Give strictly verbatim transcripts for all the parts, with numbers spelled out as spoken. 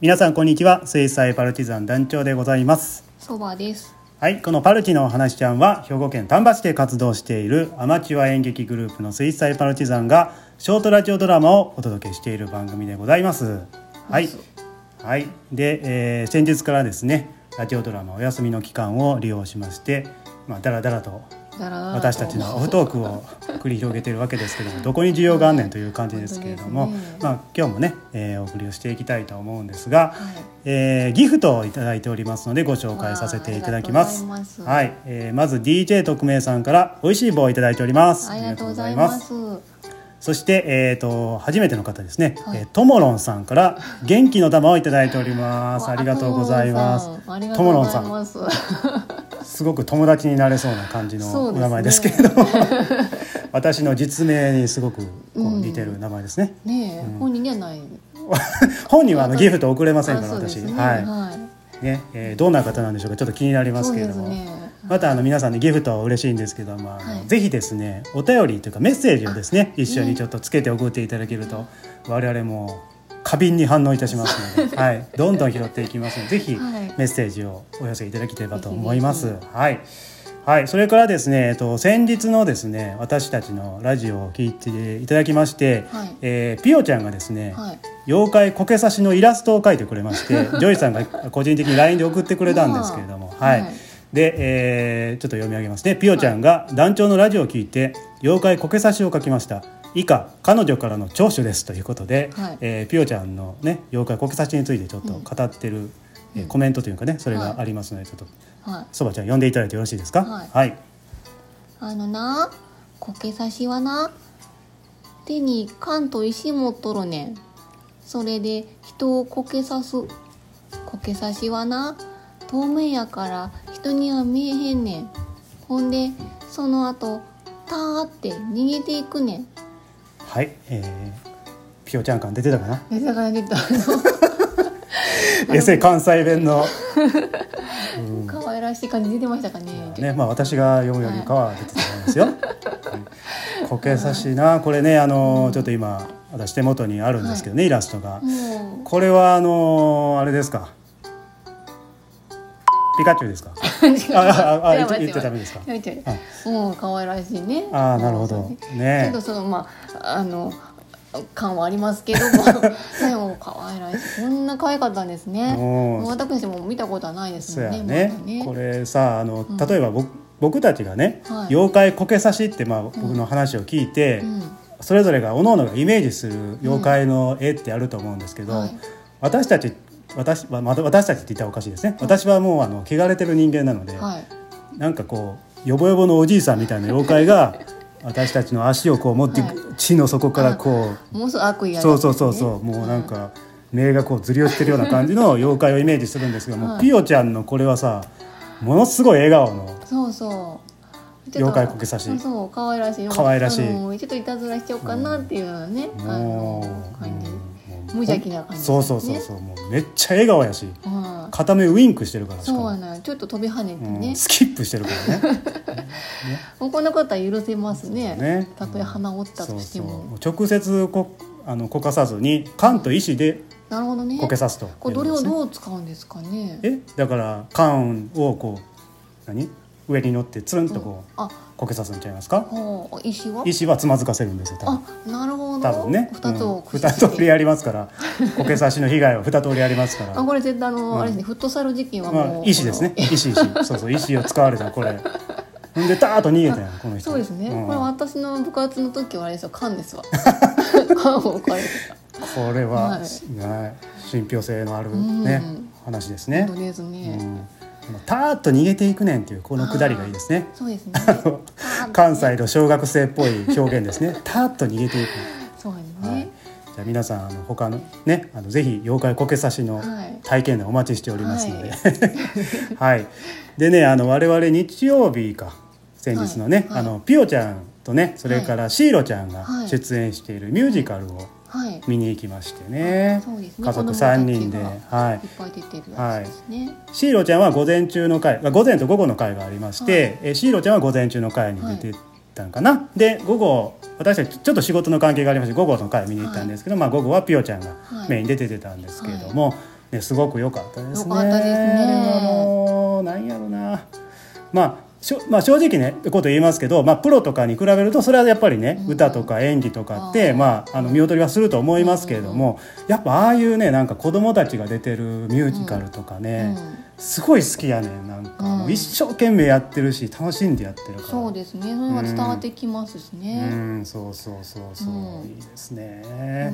皆さんこんにちは。水彩パルチザン団長でございます。 そばです。 はい、このパルチのお話ちゃんは兵庫県丹波市で活動しているアマチュア演劇グループの水彩パルチザンがショートラジオドラマをお届けしている番組でございます。はい、はい、で、えー、先日からですねラジオドラマお休みの期間を利用しまして、まあ、だらだらと私たちのオフトークを繰り広げているわけですけども、どこに需要があんねんという感じですけれども、ね、まあ、今日もね、えー、お送りをしていきたいと思うんですが、はい、えー、ギフトをいただいておりますのでご紹介させていただきます。ますはい、えー、まず ディージェー 特命さんからおいしい棒をいただいております。 ありがとうございます。 そして、えー、と初めての方ですね、はい、えー、ともろんさんから元気の玉をいただいております。ありがとうございます。ともろんさんすごく友達になれそうな感じのお名前ですけれども、ね、私の実名にすごくこう似てる名前ですね。 うん、ねえ、うん、本人にはない本人はあのギフト送れませんから私、 ね、 はい、 はい、 ね、えー、どんな方なんでしょうか、ちょっと気になりますけれども、ね、またあの皆さんにギフトは嬉しいんですけども、はい、ぜひですねお便りというかメッセージをですね一緒にちょっとつけて送っていただけると、ね、我々も過敏に反応いたしますので、はい、どんどん拾っていきますのでぜひメッセージをお寄せいただければと思います。はいはい、それからですね、えっと、先日のですね私たちのラジオを聞いていただきまして、はい、えー、ピオちゃんがですね、はい、妖怪こけさしのイラストを描いてくれましてジョイさんが個人的に ライン で送ってくれたんですけれども、はい、はい、で、えー、ちょっと読み上げますね。ピオちゃんが団長のラジオを聞いて妖怪こけさしを描きました。以下彼女からの長所ですということで、はい、えー、ピオちゃんのね妖怪こけさしについてちょっと語ってる、うん、えー、コメントというかねそれがありますので、ちょっとそばちゃん読んでいただいてよろしいですか。はい、はい、 あのなこけさしはな手に缶と石持っとるねん。それで人をこけさす。こけさしはな透明やから人には見えへんねん。ほんでその後ターって逃げていくねん。 はい、えー、ピオちゃん感出てたかな。 出てたかな出てたエセ関西弁のうん、可愛らしい感じ出てましたかね。 ね、まあ、私が読むよりかは出てたと思いますよ、はい、こけさしなこれねあの、うん、ちょっと今私手元にあるんですけどね、はい、イラストが、うん、これはあのあれですかピカチュウですかあああ言っちゃダメですか。 うん、可愛らしいね。 あ、なるほどね。 けどそのまああの感はありますけどもでも可愛らしい。こんな可愛かったんですね。私も見たことはないですもんね。 そうやね、まねこれさあの、うん、例えば 僕, 僕たちがね、はい、妖怪こけさしって、まあ、僕の話を聞いて、うん、それぞれが各々がイメージする妖怪の絵ってあると思うんですけど、うん、はい、私たち私, 私たちって言ったらおかしいですね。私はもうあの汚れてる人間なので、はい、なんかこうヨボヨボのおじいさんみたいな妖怪が私たちの足をこう持って、はい、地の底からこうもう悪意ある、ね、 そうそうそうそうもうなんか目がこうずり落ちてるような感じの妖怪をイメージするんですけども、はい、ピオちゃんのこれはさものすごい笑顔のそうそう妖怪こけさし。 そう可愛らしい可愛らしい。 ちょっといたずらしちゃおうかなっていうようなね、うん、あの感じ、無邪気な感じ、ね、 そうそうそうそうもうめっちゃ笑顔やし、うん、片目ウインクしてるから。 そうなちょっと飛び跳ねてね、 うん、スキップしてるからねねもうこんなことは許せますね。ね、たとえ鼻折ったとしても、 そうそう直接こあのこかさずに缶と石でこけさすと、ね、 これどれをどう使うんですかね。 えだから缶をこう何上に乗ってつるんとこう、うん、こけさすんちゃいますか。 石は石はつまずかせるんですよ多分。 あ、なるほど。 多分ねふたつをふた通りありますからこけさしの被害はふた通りありますからあこれ絶対あの、うん、あれですねフットサル時期はもう、 まあ、石ですね石石そうそう石を使われたこれでターッと逃げたよこの人。 そうですね、うん、これ私の部活の時はあれですよ缶ですわ缶を置かれてた。 これは、はい、信憑性のある、ね、うん、話ですね。 本当ですね、うん、 ターッと逃げていくねんっていうこのくだりがいいですね。 そうですね関西の小学生っぽい表現ですねターッと逃げていく。 そうですね、はい、 じゃあ皆さんあの他のねあのぜひ妖怪こけさしの体験談お待ちしておりますので、はいはい、でねあの我々日曜日か先日のね、はいはい、あのピオちゃんとねそれからシーロちゃんが出演しているミュージカルを見に行きましてね、はい、家族さんにんで、はい、いっぱい出てるやつですね、はい、シーロちゃんは午前中の回午前と午後の回がありまして、はい、えシーロちゃんは午前中の回に出てたんかな、はい、で午後私たちちょっと仕事の関係がありまして午後の回見に行ったんですけど、はい、まあ、午後はピオちゃんがメインで出てたんですけれども、はい、 ね、すごく良かったですね。 良かったですね。 あのなんやろな、まあしょまあ、正直ねこと言いますけど、まあ、プロとかに比べるとそれはやっぱりね、うん、歌とか演技とかって、まあ、あの見劣りはすると思いますけれども、うん、やっぱああいうねなんか子供たちが出てるミュージカルとかね、うん、すごい好きやねん。なんかもう一生懸命やってるし楽しんでやってるから、 そうですね、それが伝わってきますしね、 うんうん、そうそうそうそう、うん、いいですね、うん、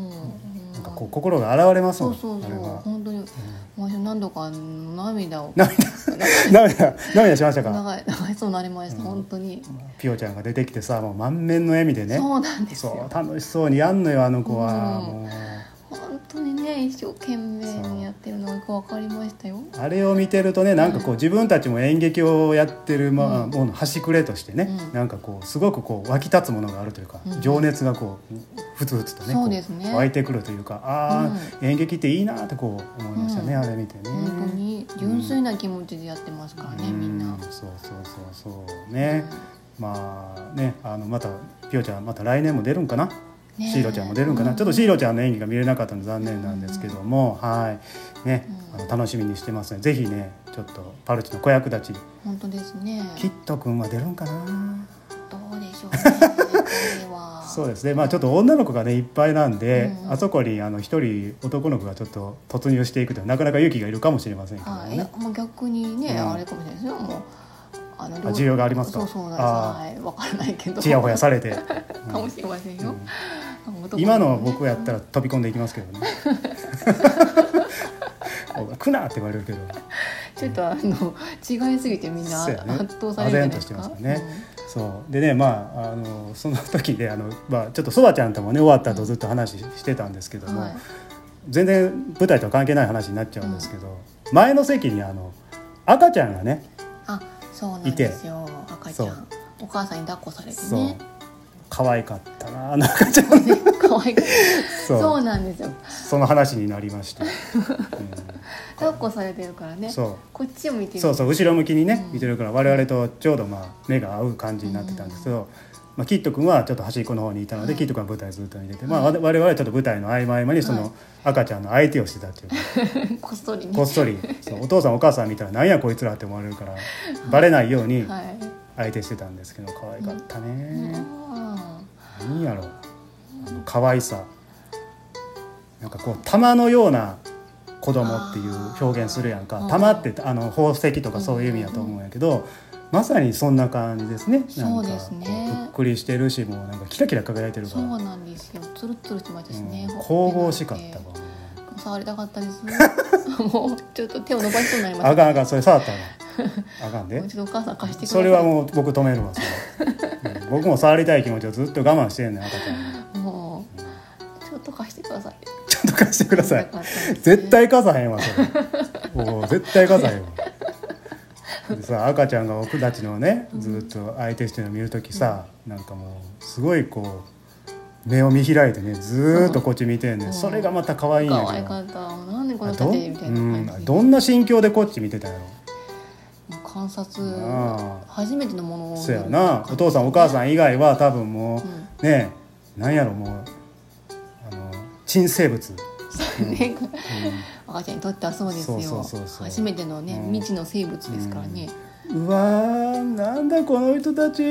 なんかこう心が洗われますもん。 そうそうそう、本当に、うん、私何度か涙を涙涙涙しましたか。 長いそうなりました、うん、本当に。 ピヨちゃんが出てきてさ、もう満面の笑みでね、 そうなんですよ、 そう楽しそうにやんのよあの子は、うん、もう本当にね一生懸命にやってるのが分かりましたよ。 あれを見てるとね、なんかこう、うん、自分たちも演劇をやってる、まあ、もの端くれとしてね、うん、なんかこうすごくこう湧き立つものがあるというか、うん、情熱がこうふつふつとね、 そうですね、 湧いてくるというか、ああ、うん、演劇っていいなってこう思いましたね、うん、あれ見てね。 本当に純粋な気持ちでやってますからね、うん、みんな。 そうそうそうそうね、うん、まあね、あのまたピヨちゃんまた来年も出るんかな、ね、シーロちゃんも出るんかな、うん、ちょっとシーロちゃんの演技が見れなかったので残念なんですけども、うん、はいね、うん、あの楽しみにしてますので、ぜひねちょっとパルチの子役たち、 本当ですね、 キット君は出るんかな、 どうでしょうねこれはそうですね、まあちょっと女の子がねいっぱいなんで、うん、あそこにあの一人男の子がちょっと突入していくとなかなか勇気がいるかもしれませんけどね。 あ、いや、もう逆にね、うん、あれかもしれないですよ、もうあの需要がありますか。 そうそうなんです、はい、分からないけどちやほやされてかもしれませんよ、 うん、今の僕やったら飛び込んでいきますけどね来なって言われるけどちょっとあの違いすぎてみんな圧倒されるじゃないですか。 唖然としてますね、うん、そうでね、まあ、あのその時であの、まあ、ちょっとそばちゃんともね終わった後ずっと話してたんですけども、うん、はい、全然舞台とは関係ない話になっちゃうんですけど、うん、前の席にあの赤ちゃんがね、 あ、そうなんですよ、赤ちゃんお母さんに抱っこされてね、そう可愛かったなあの赤ちゃんね可愛かったそう、そうなんですよ、 その話になりました、うん、 抱っこされてるからね、そうこっちを見てる、 そうそう後ろ向きにね、うん、見てるから我々とちょうどまあ目が合う感じになってたんですけど、うん、まあ、キット君はちょっと端っこの方にいたので、はい、キット君は舞台ずっと見てて、まあ、我々はちょっと舞台の合間合間にその赤ちゃんの相手をしてたっていう、 こっそりね、 こっそりそうお父さんお母さん見たら何やこいつらって思われるからバレないように相手してたんですけど、可愛かったね、うん、何やろあの可愛さ、なんかこう玉のような子供っていう表現するやんか、玉ってあの宝石とかそういう意味やと思うんやけど、まさにそんな感じですね。 そうですね、 なんかぷっくりしてるし、もうなんかキラキラ輝いてるから、 そうなんですよ、ツルツルしてましたしね、 うん、神々しかったわ、 触りたかったですもうちょっと手を伸ばしそうになりました、ね、 あかんあかん、それ触ったらあかんで、 もうちょっとお母さん貸してください。 それはもう僕止めるわそれ、うん、僕も触りたい気持ちをずっと我慢してんねん、赤ちゃんもう、うん、ちょっと貸してください、 ちょっと貸してください、ね、絶対貸さへんわそれもう絶対貸さへんわでさ、赤ちゃんが僕たちのねずっと相手してるのを見るときさ、うん、なんかもうすごいこう目を見開いてねずっとこっち見てんね、うん、それがまた可愛いんやけど、 可愛かった、なんでこの縦みたいな感じ、 うん、どんな心境でこっち見てたやろ、 観察、初めてのものを、 そうやな、お父さんお母さん以外は多分もう、うん、ねえ、なんやろ、もうあの珍生物、うんうん、 赤ちゃんにとってはそうですよ、そうそうそうそう、初めてのね、うん、未知の生物ですからね、 うん、うわー、なんだこの人たち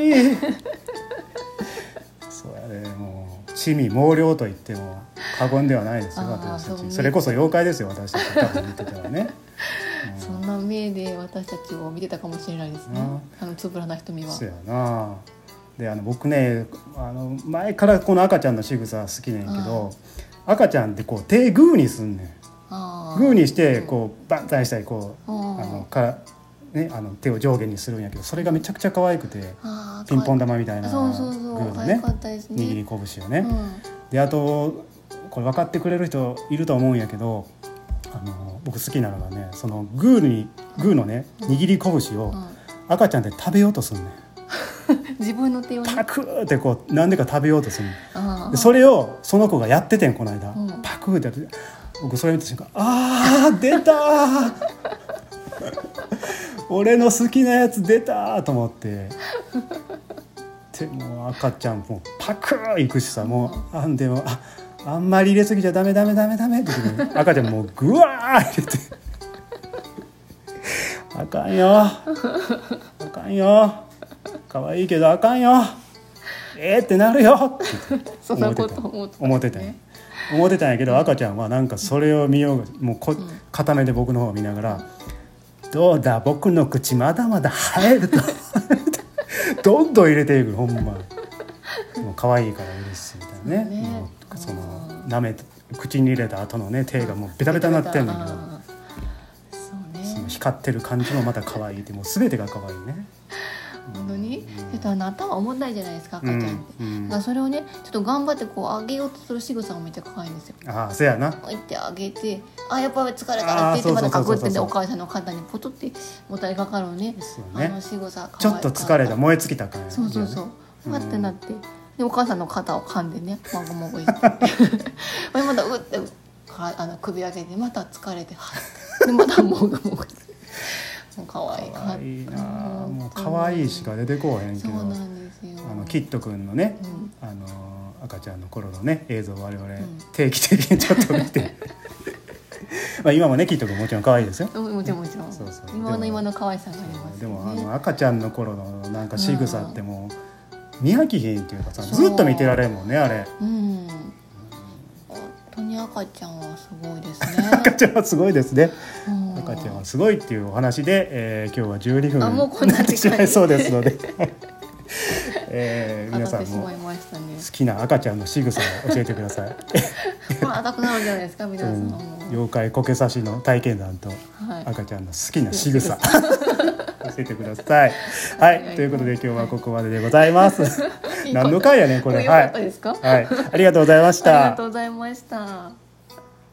そうやね、もう魑魅魍魎と言っても過言ではないですよ、私たち、それこそ妖怪ですよ、私たち多分見てたらね、 うん、そんな目で私たちを見てたかもしれないですね、あのつぶらな瞳は。 そうやな。で、あの僕ね、あの前からこの赤ちゃんの仕草好きねんけど、赤ちゃんってこう手グーにすんねん、あグーにしてこうバンタイしたりこう、あのかね、あの手を上下にするんやけど、それがめちゃくちゃ可愛くて、ピンポン玉みたいなグーのね、握り拳をね、うん、であとこれ分かってくれる人いると思うんやけど、あの僕好きなのがね、そのグーにグーのね握り拳を赤ちゃんで食べようとするねん自分の手をねパクーってこう何でか食べようとするので、それをその子がやっててんこの間、うん、パクーってやって、僕それ見た瞬間、あー出たー俺の好きなやつ出たーと思ってでもう赤ちゃんもパクーいくしさ、もうあんでもああんまり入れすぎちゃダメダメダメダメって言って、ね、赤ちゃんもうグワー入れてあかんよあかんよ可愛いけどあかんよえーってなるよってそんなこと思ってた、ね、 思ってた思ってたんやけど、赤ちゃんはなんかそれを見ようもうこ、うん、片目で僕の方を見ながら、どうだ僕の口まだまだ生えるとどんどん入れていく、ほんまもう可愛いから嬉しいみたいなね、ね、もうその舐め口に入れた後のね手がもうベタベタになってんだけど、そうね、その光ってる感じもまた可愛いって、もう全てが可愛いね。 本当に、うん、ちょっと頭重たいじゃないですか赤ちゃんって、うんうん、だからそれをねちょっと頑張ってこう上げようとする仕草もめっちゃ可愛いんですよ。 ああそうやな、 こうやって上げて、あやっぱ疲れたって言ってまたかくってね、お母さんの肩にポトってもたれかかるね、あの仕草ちょっと疲れた燃え尽きた感じ、 そうそうそう、ふわってなって、でお母さんの肩を噛んでねもぐもぐしてまたうってあの首上げてまた疲れてはってでまたもぐもぐしてもう可愛いかいいな、もう可愛いしか出てこうへんけど、 そうなんですよ、 あのキット君のね、うん、あの赤ちゃんの頃のね映像を我々定期的にちょっと見て、うん、まあ今もねキット君もちろん可愛いですよ、 もちろんもちろん、そうそう、今の今の可愛さがあります、ね、 でもあの赤ちゃんの頃のなんか仕草ってもう見飽きへんっていうかさ、ずっと見てられるもんねあれ、うん、 本当に赤ちゃんはすごいですね赤ちゃんはすごいですね、赤ちゃんはすごいっていうお話で、えー、今日はじゅうにふんになってしまいそうですのでえー、皆さんも好きな赤ちゃんの仕草を教えてくださいまあ赤くなるんじゃないですか皆さん、うん、 妖怪こけさしの体験談と赤ちゃんの好きな仕草、はい、教えてください。はい、ということで今日はここまででございます何の回やねんこれ、はい、はい、ありがとうございました。 ありがとうございました。